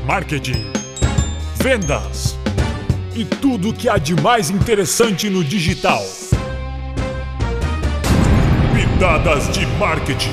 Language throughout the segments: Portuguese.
marketing, vendas e tudo o que há de mais interessante no digital. Pitadas de Marketing.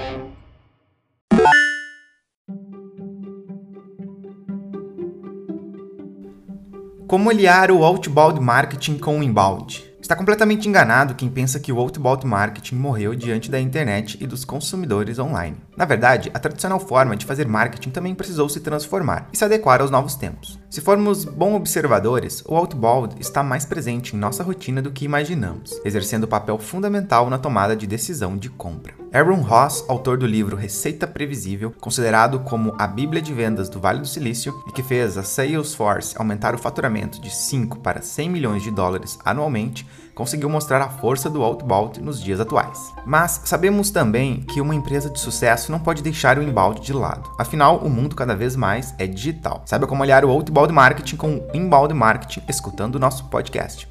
Como aliar o outbound marketing com o inbound? Está completamente enganado quem pensa que o outbound marketing morreu diante da internet e dos consumidores online. Na verdade, a tradicional forma de fazer marketing também precisou se transformar e se adequar aos novos tempos. Se formos bons observadores, o outbound está mais presente em nossa rotina do que imaginamos, exercendo papel fundamental na tomada de decisão de compra. Aaron Ross, autor do livro Receita Previsível, considerado como a bíblia de vendas do Vale do Silício e que fez a Salesforce aumentar o faturamento de 5 para 100 milhões de dólares anualmente, conseguiu mostrar a força do outbound nos dias atuais. Mas sabemos também que uma empresa de sucesso não pode deixar o inbound de lado. Afinal, o mundo cada vez mais é digital. Saiba como aliar o outbound marketing com o inbound marketing escutando o nosso podcast.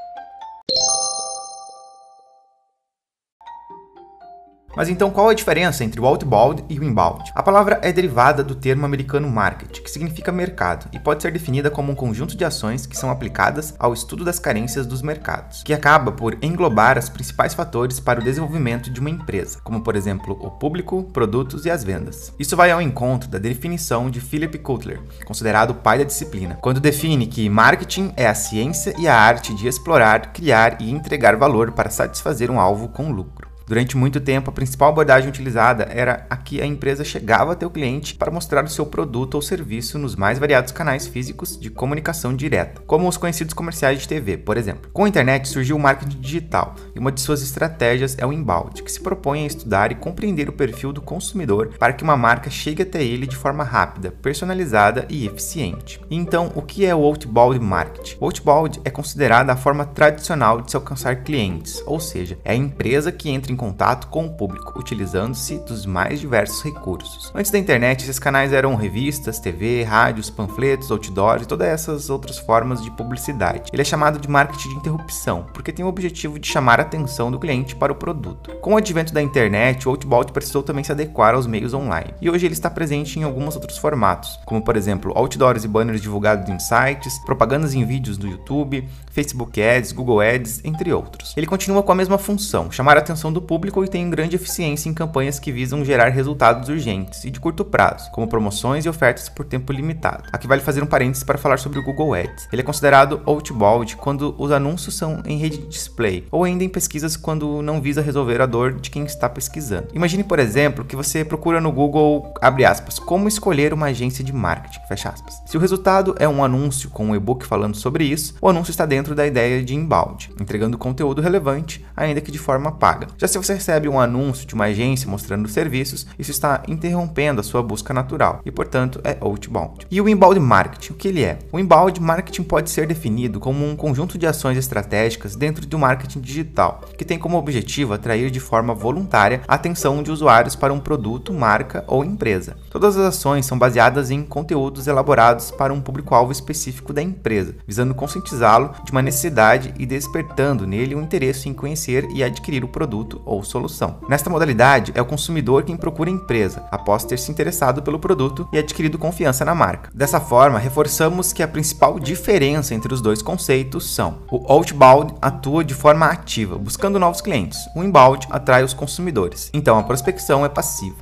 Mas então qual a diferença entre o outbound e o inbound? A palavra é derivada do termo americano market, que significa mercado, e pode ser definida como um conjunto de ações que são aplicadas ao estudo das carências dos mercados, que acaba por englobar os principais fatores para o desenvolvimento de uma empresa, como por exemplo o público, produtos e as vendas. Isso vai ao encontro da definição de Philip Kotler, considerado o pai da disciplina, quando define que marketing é a ciência e a arte de explorar, criar e entregar valor para satisfazer um alvo com lucro. Durante muito tempo, a principal abordagem utilizada era a que a empresa chegava até o cliente para mostrar o seu produto ou serviço nos mais variados canais físicos de comunicação direta, como os conhecidos comerciais de TV, por exemplo. Com a internet surgiu o marketing digital, e uma de suas estratégias é o inbound, que se propõe a estudar e compreender o perfil do consumidor para que uma marca chegue até ele de forma rápida, personalizada e eficiente. E então, o que é o outbound marketing? O outbound é considerada a forma tradicional de se alcançar clientes, ou seja, é a empresa que entra em contato com o público, utilizando-se dos mais diversos recursos. Antes da internet, esses canais eram revistas, TV, rádios, panfletos, outdoors e todas essas outras formas de publicidade. Ele é chamado de marketing de interrupção, porque tem o objetivo de chamar a atenção do cliente para o produto. Com o advento da internet, o outbound precisou também se adequar aos meios online, e hoje ele está presente em alguns outros formatos, como por exemplo, outdoors e banners divulgados em sites, propagandas em vídeos do YouTube, Facebook Ads, Google Ads, entre outros. Ele continua com a mesma função, chamar a atenção do público, e tem grande eficiência em campanhas que visam gerar resultados urgentes e de curto prazo, como promoções e ofertas por tempo limitado. Aqui vale fazer um parênteses para falar sobre o Google Ads. Ele é considerado outbound quando os anúncios são em rede de display, ou ainda em pesquisas quando não visa resolver a dor de quem está pesquisando. Imagine, por exemplo, que você procura no Google, abre aspas, como escolher uma agência de marketing, fecha aspas. Se o resultado é um anúncio com um e-book falando sobre isso, o anúncio está dentro da ideia de inbound, entregando conteúdo relevante, ainda que de forma paga. Já se você recebe um anúncio de uma agência mostrando serviços, isso está interrompendo a sua busca natural e, portanto, é outbound. E o inbound marketing, o que ele é? O inbound marketing pode ser definido como um conjunto de ações estratégicas dentro do marketing digital, que tem como objetivo atrair de forma voluntária a atenção de usuários para um produto, marca ou empresa. Todas as ações são baseadas em conteúdos elaborados para um público-alvo específico da empresa, visando conscientizá-lo de uma necessidade e despertando nele um interesse em conhecer e adquirir o produto ou solução. Nesta modalidade, é o consumidor quem procura a empresa, após ter se interessado pelo produto e adquirido confiança na marca. Dessa forma, reforçamos que a principal diferença entre os dois conceitos são: o outbound atua de forma ativa, buscando novos clientes. O inbound atrai os consumidores. Então, a prospecção é passiva.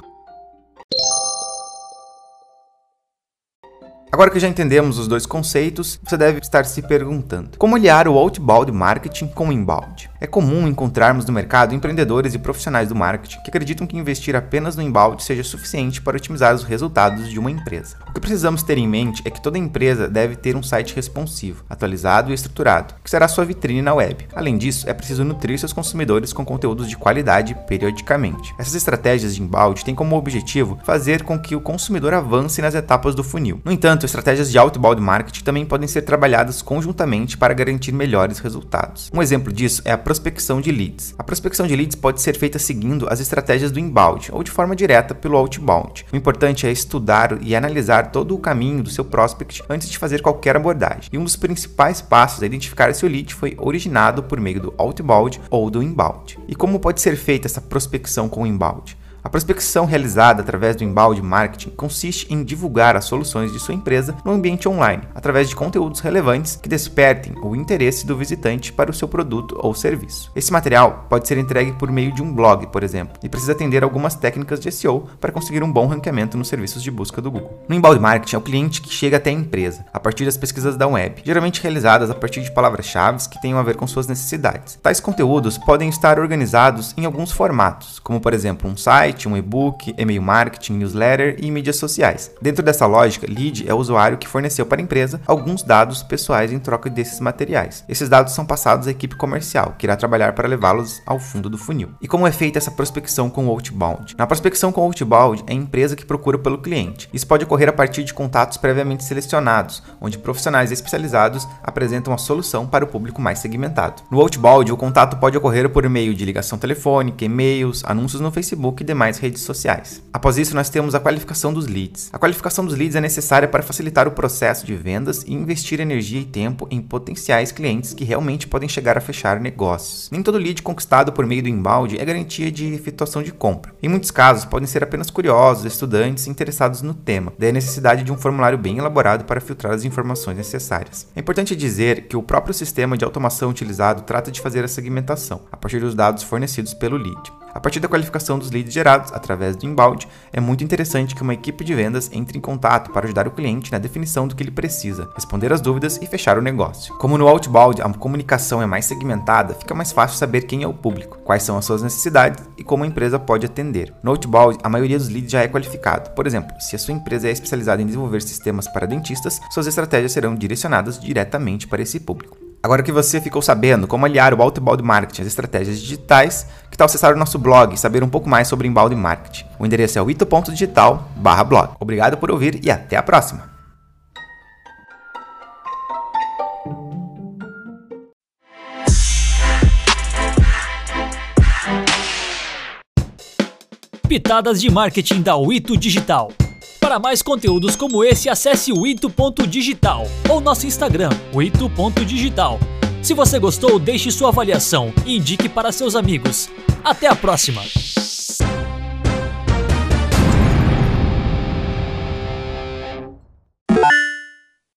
Agora que já entendemos os dois conceitos, você deve estar se perguntando: como aliar o outbound marketing com o inbound? É comum encontrarmos no mercado empreendedores e profissionais do marketing que acreditam que investir apenas no inbound seja suficiente para otimizar os resultados de uma empresa. O que precisamos ter em mente é que toda empresa deve ter um site responsivo, atualizado e estruturado, que será sua vitrine na web. Além disso, é preciso nutrir seus consumidores com conteúdos de qualidade periodicamente. Essas estratégias de inbound têm como objetivo fazer com que o consumidor avance nas etapas do funil. No entanto, estratégias de outbound marketing também podem ser trabalhadas conjuntamente para garantir melhores resultados. Um exemplo disso é a prospecção de leads. A prospecção de leads pode ser feita seguindo as estratégias do inbound ou de forma direta pelo outbound. O importante é estudar e analisar todo o caminho do seu prospect antes de fazer qualquer abordagem. E um dos principais passos é identificar se o lead foi originado por meio do outbound ou do inbound. E como pode ser feita essa prospecção com o inbound? A prospecção realizada através do inbound marketing consiste em divulgar as soluções de sua empresa no ambiente online, através de conteúdos relevantes que despertem o interesse do visitante para o seu produto ou serviço. Esse material pode ser entregue por meio de um blog, por exemplo, e precisa atender algumas técnicas de SEO para conseguir um bom ranqueamento nos serviços de busca do Google. No inbound marketing é o cliente que chega até a empresa, a partir das pesquisas da web, geralmente realizadas a partir de palavras-chave que tenham a ver com suas necessidades. Tais conteúdos podem estar organizados em alguns formatos, como por exemplo um site, um e-book, e-mail marketing, newsletter e mídias sociais. Dentro dessa lógica, lead é o usuário que forneceu para a empresa alguns dados pessoais em troca desses materiais. Esses dados são passados à equipe comercial, que irá trabalhar para levá-los ao fundo do funil. E como é feita essa prospecção com o outbound? Na prospecção com o outbound é a empresa que procura pelo cliente. Isso pode ocorrer a partir de contatos previamente selecionados, onde profissionais especializados apresentam a solução para o público mais segmentado. No outbound, o contato pode ocorrer por meio de ligação telefônica, e-mails, anúncios no Facebook e demais redes sociais. Após isso, nós temos a qualificação dos leads. A qualificação dos leads é necessária para facilitar o processo de vendas e investir energia e tempo em potenciais clientes que realmente podem chegar a fechar negócios. Nem todo lead conquistado por meio do inbound é garantia de efetuação de compra. Em muitos casos, podem ser apenas curiosos, estudantes interessados no tema, daí a necessidade de um formulário bem elaborado para filtrar as informações necessárias. É importante dizer que o próprio sistema de automação utilizado trata de fazer a segmentação, a partir dos dados fornecidos pelo lead. A partir da qualificação dos leads gerados através do inbound, é muito interessante que uma equipe de vendas entre em contato para ajudar o cliente na definição do que ele precisa, responder às dúvidas e fechar o negócio. Como no outbound a comunicação é mais segmentada, fica mais fácil saber quem é o público, quais são as suas necessidades e como a empresa pode atender. No outbound, a maioria dos leads já é qualificado. Por exemplo, se a sua empresa é especializada em desenvolver sistemas para dentistas, suas estratégias serão direcionadas diretamente para esse público. Agora que você ficou sabendo como aliar o outbound marketing às estratégias digitais, que tal acessar o nosso blog e saber um pouco mais sobre inbound marketing? O endereço é o ito.digital/blog. Obrigado por ouvir e até a próxima! Pitadas de marketing da Ito Digital. Para mais conteúdos como esse, acesse o ito.digital ou nosso Instagram, o ito.digital. Se você gostou, deixe sua avaliação e indique para seus amigos. Até a próxima!